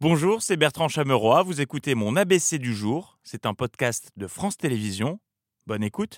Bonjour, c'est Bertrand Chameroy, vous écoutez mon ABC du jour. C'est un podcast de France Télévisions. Bonne écoute.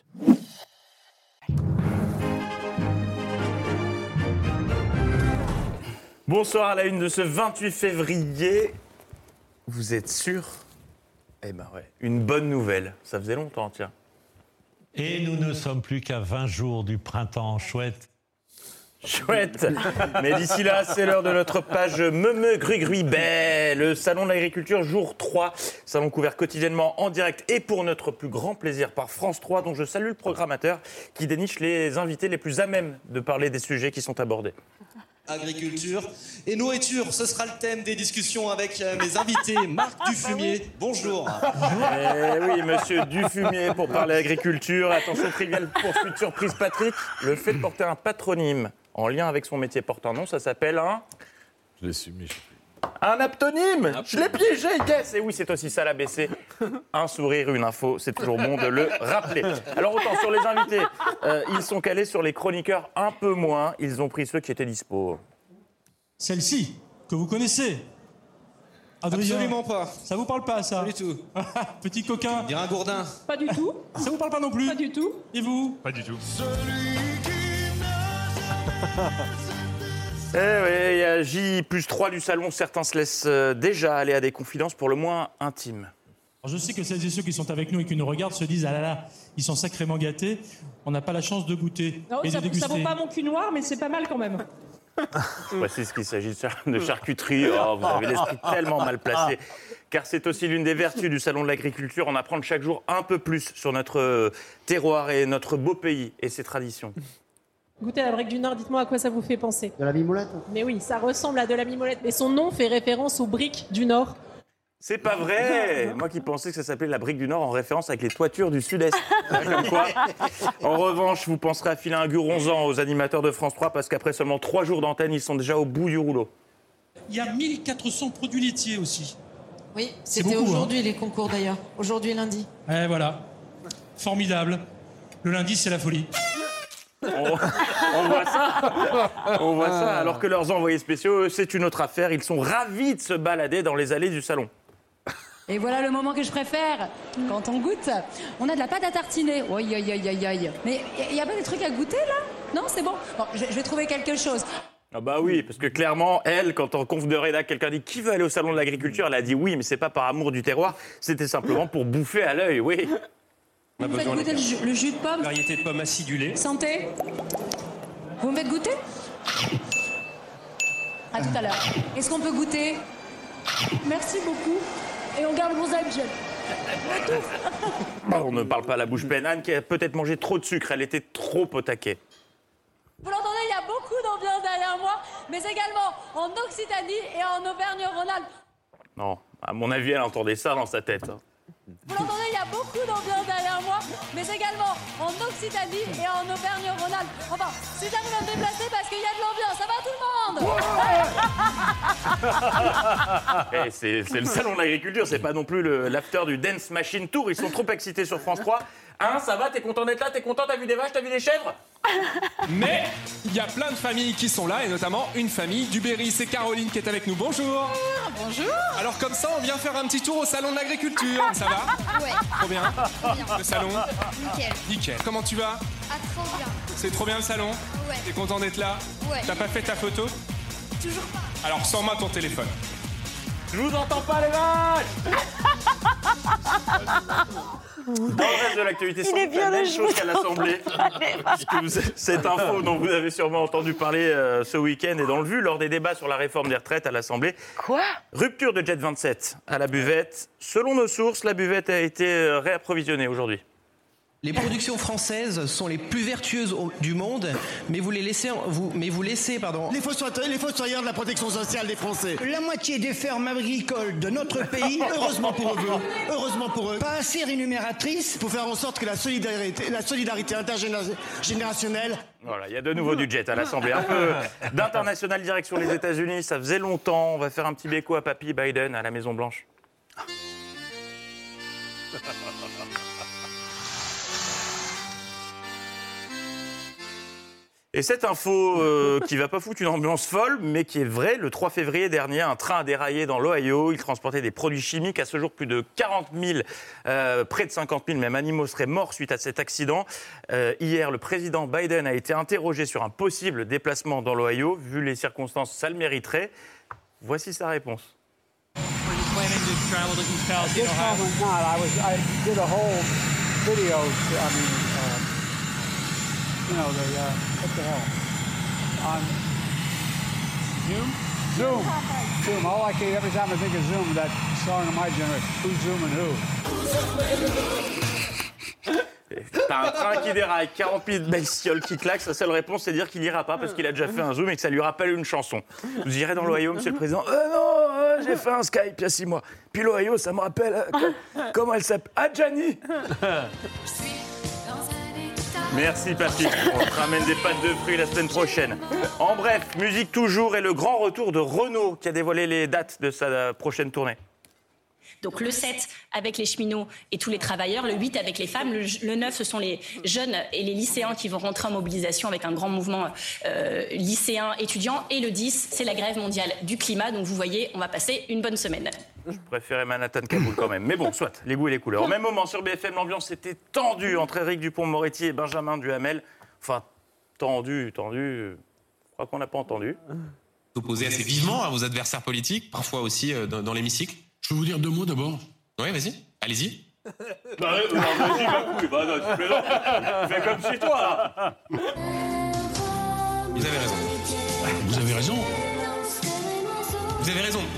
Bonsoir à la une de ce 28 février. Vous êtes sûr ? Eh ben ouais, une bonne nouvelle. Ça faisait longtemps, tiens. Et nous ne sommes plus qu'à 20 jours du printemps, chouette. Chouette. Mais d'ici là, c'est l'heure de notre page Meumeu Grugruy Bay, le salon de l'agriculture jour 3. Salon couvert quotidiennement en direct et pour notre plus grand plaisir par France 3, dont je salue le programmateur qui déniche les invités les plus à même de parler des sujets qui sont abordés. Agriculture et nourriture, ce sera le thème des discussions avec mes invités. Marc Dufumier, bonjour. Eh oui, monsieur Dufumier pour parler agriculture. Attention, trivial poursuite surprise Patrick. Le fait de porter un patronyme en lien avec son métier porte un nom, ça s'appelle un... Je l'ai su, mais je sais plus. Un aptonyme. Je l'ai piégé, yes. Et oui, c'est aussi ça l'ABC. Un sourire, une info, c'est toujours bon de le rappeler. Alors autant sur les invités, ils sont calés, sur les chroniqueurs un peu moins. Ils ont pris ceux qui étaient dispo. Celle-ci, que vous connaissez. Adrien, Absolument pas. ça vous parle pas, ça? Pas du tout. Petit coquin. Dire un gourdin. Pas du tout. Ça vous parle pas non plus? Pas du tout. Et vous? Pas du tout. Eh oui, il y a J+3 du salon. Certains se laissent déjà aller à des confidences pour le moins intimes. Alors, je sais que celles et ceux qui sont avec nous et qui nous regardent se disent « Ah là là, ils sont sacrément gâtés, on n'a pas la chance de goûter Non, et ça, de déguster. » ça vaut pas mon cul noir, mais c'est pas mal quand même. Je précise qu'il s'agit de charcuterie. Oh, vous avez l'esprit tellement mal placé. Car c'est aussi l'une des vertus du salon de l'agriculture, en apprendre chaque jour un peu plus sur notre terroir et notre beau pays et ses traditions. Goûtez à la brique du Nord, dites-moi à quoi ça vous fait penser. De la mimolette? Mais oui, ça ressemble à de la mimolette, mais son nom fait référence aux briques du Nord. C'est pas vrai. Moi qui pensais que ça s'appelait la brique du Nord en référence avec les toitures du Sud-Est. Comme quoi. En revanche, vous penserez à filer un guronzan aux animateurs de France 3 parce qu'après seulement 3 jours d'antenne, ils sont déjà au bout du rouleau. Il y a 1400 produits laitiers aussi. Oui, C'est c'était beaucoup, aujourd'hui les concours d'ailleurs. Aujourd'hui lundi. Eh voilà, formidable. Le lundi, c'est la folie. On voit ça. Alors que leurs envoyés spéciaux, eux, c'est une autre affaire. Ils sont ravis de se balader dans les allées du salon. Et voilà le moment que je préfère, quand on goûte. On a de la pâte à tartiner. Aïe, aïe, aïe, aïe, aïe. Mais il n'y a pas des trucs à goûter, là? Non, c'est bon. Bon, je vais trouver quelque chose. Ah bah oui, parce que clairement, elle, quand en conf de rédac, quelqu'un dit « Qui veut aller au salon de l'agriculture ?» Elle a dit oui, mais c'est pas par amour du terroir, c'était simplement pour bouffer à l'œil, oui. Vous me faites goûter le jus de pomme. Variété de pommes acidulées. Santé. Vous me faites goûter? À tout à l'heure. Est-ce qu'on peut goûter? Merci beaucoup. Et on garde vos objets. On ne parle pas à la bouche pleine. Anne qui a peut-être mangé trop de sucre, elle était trop au taquet. Vous l'entendez, il y a beaucoup d'ambiance derrière moi, mais également en Occitanie et en Auvergne-Rhône-Alpes. Non, à mon avis, elle entendait ça dans sa tête. Vous l'entendez, il y a beaucoup d'ambiance derrière moi, mais également en Occitanie et en Auvergne-Rhône-Alpes. Enfin, si j'arrive à me déplacer parce qu'il y a de l'ambiance, ça va tout le monde. C'est le salon de l'agriculture, c'est pas non plus l'after du Dance Machine Tour. Ils sont trop excités sur France 3. Hein, ça va, t'es content d'être là? T'es content? T'as vu des vaches? T'as vu des chèvres? Mais il y a plein de familles qui sont là, et notamment une famille du Berry. C'est Caroline qui est avec nous. Bonjour. Bonjour. Alors comme ça, on vient faire un petit tour au salon de l'agriculture. Ça va? Ouais, Trop bien. trop bien. Le salon? Nickel. Nickel. Comment tu vas? Ah, trop bien. C'est trop bien le salon? Ouais. T'es content d'être là? Ouais. T'as pas fait ta photo? Toujours pas. Alors sors-moi ton téléphone. Je vous entends pas, les vaches! Dans le reste de l'actualité, c'est la même chose qu'à l'Assemblée. Cette info dont vous avez sûrement entendu parler ce week-end est dans le vu lors des débats sur la réforme des retraites à l'Assemblée. Quoi? Rupture de Jet 27 à la buvette. Selon nos sources, la buvette a été réapprovisionnée aujourd'hui. Les productions françaises sont les plus vertueuses du monde, mais vous laissez, Les fossoyeurs de la protection sociale des Français. La moitié des fermes agricoles de notre pays, heureusement pour eux, pas assez rémunératrices pour faire en sorte que la solidarité intergénérationnelle. Voilà, il y a de nouveau du jet à l'Assemblée. Un peu d'international direction les États-Unis, ça faisait longtemps. On va faire un petit béco à Papy Biden à la Maison-Blanche. Et cette info qui va pas foutre une ambiance folle, mais qui est vraie, le 3 février dernier, un train a déraillé dans l'Ohio. Il transportait des produits chimiques. À ce jour, plus de 40 000, près de 50 000 même animaux seraient morts suite à cet accident. Hier, le président Biden a été interrogé sur un possible déplacement dans l'Ohio. Vu les circonstances, ça le mériterait. Voici sa réponse. What the hell? On Zoom. All I can, every time I think of Zoom, that song of my generation, who's zooming who? T'as un train qui déraille, 40 000 bestioles qui claquent, sa seule réponse c'est de dire qu'il ira pas parce qu'il a déjà fait un zoom et que ça lui rappelle une chanson. Vous irez dans l'Ohio, monsieur le président? Non, j'ai fait un Skype il y a 6 mois. Puis l'Ohio, ça me rappelle, comment elle s'appelle? Ah, Gianni. Merci Patrick, on te ramène des pâtes de fruits la semaine prochaine. En bref, musique toujours et le grand retour de Renault qui a dévoilé les dates de sa prochaine tournée. Donc le 7 avec les cheminots et tous les travailleurs, le 8 avec les femmes, le 9 ce sont les jeunes et les lycéens qui vont rentrer en mobilisation avec un grand mouvement lycéen étudiant, et le 10 c'est la grève mondiale du climat. Donc vous voyez, on va passer une bonne semaine. Je préférais Manhattan-Kaboul quand même, mais bon, soit, les goûts et les couleurs. Au même moment, sur BFM, l'ambiance était tendue entre Éric Dupond-Moretti et Benjamin Duhamel. Enfin, tendue, je crois qu'on n'a pas entendu. Opposé assez vivement à vos adversaires politiques, parfois aussi dans l'hémicycle. Je peux vous dire 2 mots d'abord? Oui, vas-y, allez-y. Vas-y, ma couille, non, tu plaisantes. Fais comme chez toi, là. Vous avez raison. Vous avez raison. Vous avez raison.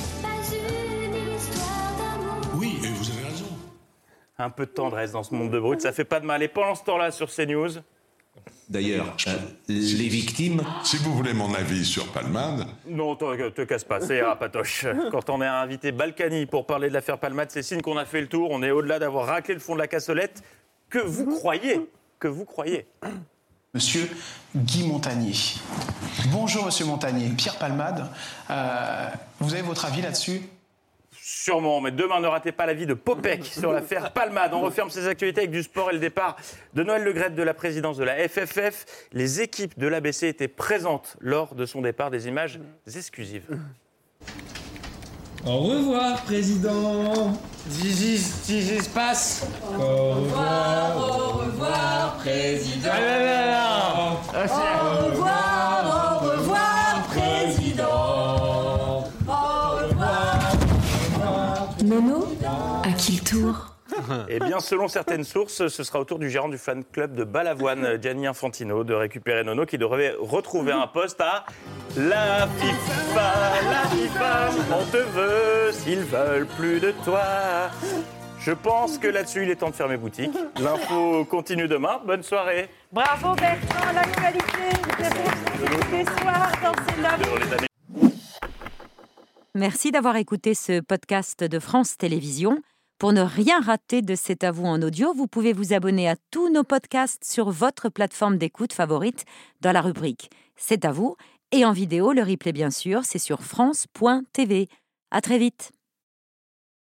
Oui, et vous avez raison. Un peu de tendresse dans ce monde de brut, ça fait pas de mal. Et pendant ce temps-là, sur CNews... D'ailleurs, les victimes... Si vous voulez mon avis sur Palmade... Non, te casse pas, ça ira, Patoche. Quand on est invité Balkany pour parler de l'affaire Palmade, c'est signe qu'on a fait le tour. On est au-delà d'avoir raclé le fond de la cassolette. Que vous croyez. Monsieur Guy Montagnier. Bonjour, monsieur Montagnier. Pierre Palmade, vous avez votre avis là-dessus? Sûrement, mais demain, ne ratez pas l'avis de Popek sur l'affaire Palmade. On referme ses actualités avec du sport et le départ de Noël Le Graët de la présidence de la FFF. Les équipes de l'ABC étaient présentes lors de son départ. Des images exclusives. Au revoir, président. Zizi se passe. Au revoir, président. Au revoir, président. Nono, à qui le tour? Eh bien, selon certaines sources, ce sera au tour du gérant du fan club de Balavoine, Gianni Infantino, de récupérer Nono, qui devrait retrouver un poste à la FIFA, on te veut, s'ils veulent plus de toi. Je pense que là-dessus, il est temps de fermer boutique. L'info continue demain. Bonne soirée. Bravo Bertrand, l'actualité, tous les soirs dans C'est la vie. Merci d'avoir écouté ce podcast de France Télévisions. Pour ne rien rater de C'est à vous en audio, vous pouvez vous abonner à tous nos podcasts sur votre plateforme d'écoute favorite dans la rubrique C'est à vous. Et en vidéo, le replay bien sûr, c'est sur France.tv. À très vite.